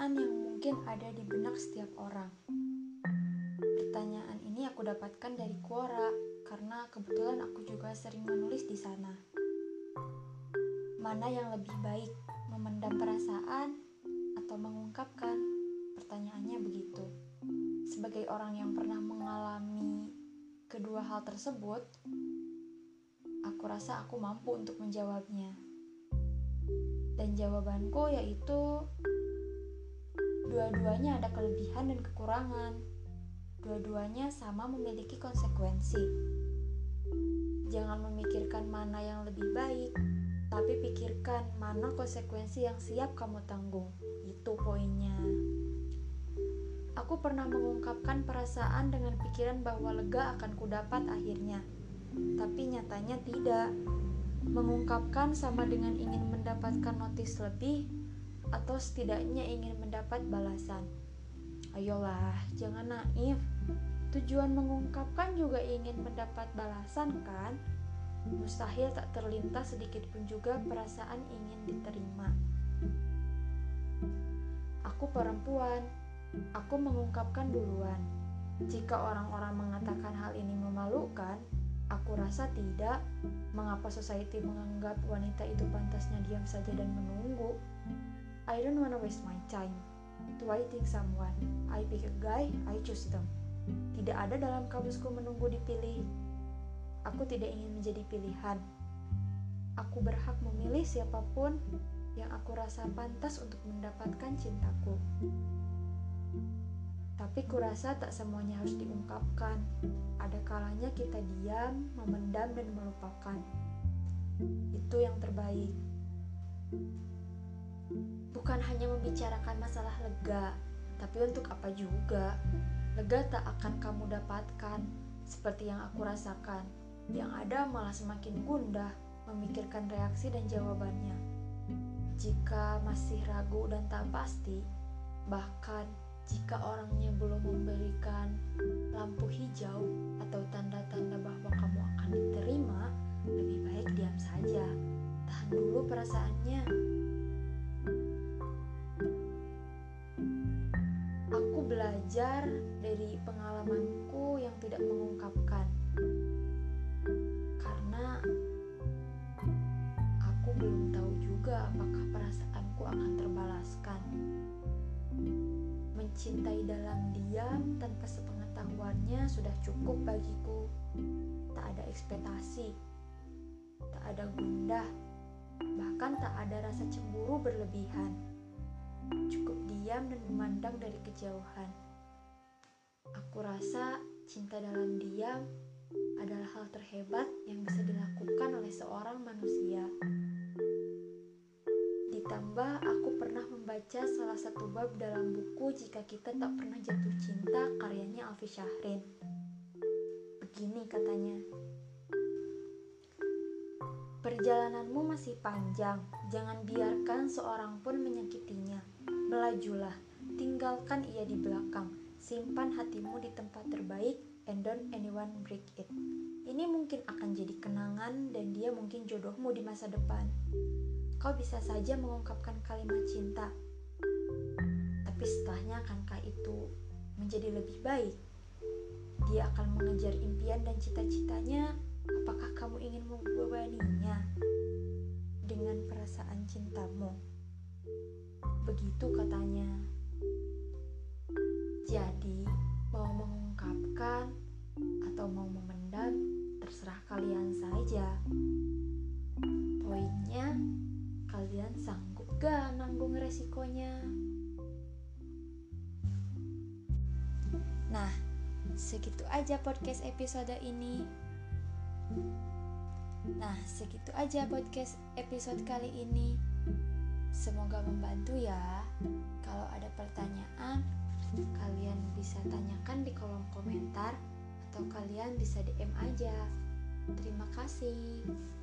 pertanyaan yang mungkin ada di benak setiap orang. Pertanyaan ini aku dapatkan dari Quora karena kebetulan aku juga sering menulis di sana. Mana yang lebih baik, memendam perasaan atau mengungkapkan? Pertanyaannya begitu. Sebagai orang yang pernah mengalami kedua hal tersebut, aku rasa aku mampu untuk menjawabnya. Dan jawabanku yaitu dua-duanya ada kelebihan dan kekurangan. Dua-duanya sama memiliki konsekuensi. Jangan memikirkan mana yang lebih baik, tapi pikirkan mana konsekuensi yang siap kamu tanggung. Itu poinnya. Aku pernah mengungkapkan perasaan dengan pikiran bahwa lega akan kudapat akhirnya. Tapi nyatanya tidak. Mengungkapkan sama dengan ingin mendapatkan notis lebih atau setidaknya ingin mendapat balasan. Ayolah, jangan naif. Tujuan mengungkapkan juga ingin mendapat balasan kan? Mustahil tak terlintas sedikit pun juga perasaan ingin diterima. Aku perempuan. Aku mengungkapkan duluan. Jika orang-orang mengatakan hal ini memalukan, aku rasa tidak. Mengapa society menganggap wanita itu pantasnya diam saja dan menunggu? I don't wanna waste my time to waiting someone. I pick a guy, I choose them. Tidak ada dalam kamusku menunggu dipilih. Aku tidak ingin menjadi pilihan. Aku berhak memilih siapapun yang aku rasa pantas untuk mendapatkan cintaku. Tapi kurasa tak semuanya harus diungkapkan. Ada kalanya kita diam, memendam dan melupakan. Itu yang terbaik. Bukan hanya membicarakan masalah lega, tapi untuk apa juga? Lega tak akan kamu dapatkan seperti yang aku rasakan. Yang ada malah semakin gundah memikirkan reaksi dan jawabannya. Jika masih ragu dan tak pasti, bahkan jika orangnya belum memberikan lampu hijau atau tanda-tanda bahwa kamu akan diterima, lebih baik diam saja. Tahan dulu perasaannya. Aku belajar dari pengalamanku yang tidak mengungkapkan. Karena aku belum tahu juga apakah perasaanku akan terbalaskan. Mencintai dalam diam tanpa sepengetahuannya sudah cukup bagiku. Tak ada ekspektasi, tak ada gundah, bahkan tak ada rasa cemburu berlebihan. Cukup diam dan memandang dari kejauhan. Aku rasa cinta dalam diam adalah hal terhebat yang bisa dilakukan oleh seorang manusia. Ditambah aku pernah membaca salah satu bab dalam buku Jika Kita Tak Pernah Jatuh Cinta karyanya Alfi Syahrin. Begini katanya, perjalananmu masih panjang, jangan biarkan seorang pun menyakitinya. Melajulah, tinggalkan ia di belakang, simpan hatimu di tempat terbaik, and don't anyone break it. Ini mungkin akan jadi kenangan dan dia mungkin jodohmu di masa depan. Kau bisa saja mengungkapkan kalimat cinta, tapi setelahnya akankah itu menjadi lebih baik? Dia akan mengejar impian dan cita-citanya. Apakah kamu ingin membebaninya dengan perasaan cintamu? Begitu katanya. Jadi, mau mengungkapkan atau mau memendam, terserah kalian saja. Poinnya, kalian sanggup gak nanggung resikonya? Nah, segitu aja podcast episode ini. Kali ini. Semoga membantu ya. Kalau ada pertanyaan, kalian bisa tanyakan di kolom komentar atau kalian bisa DM aja. Terima kasih.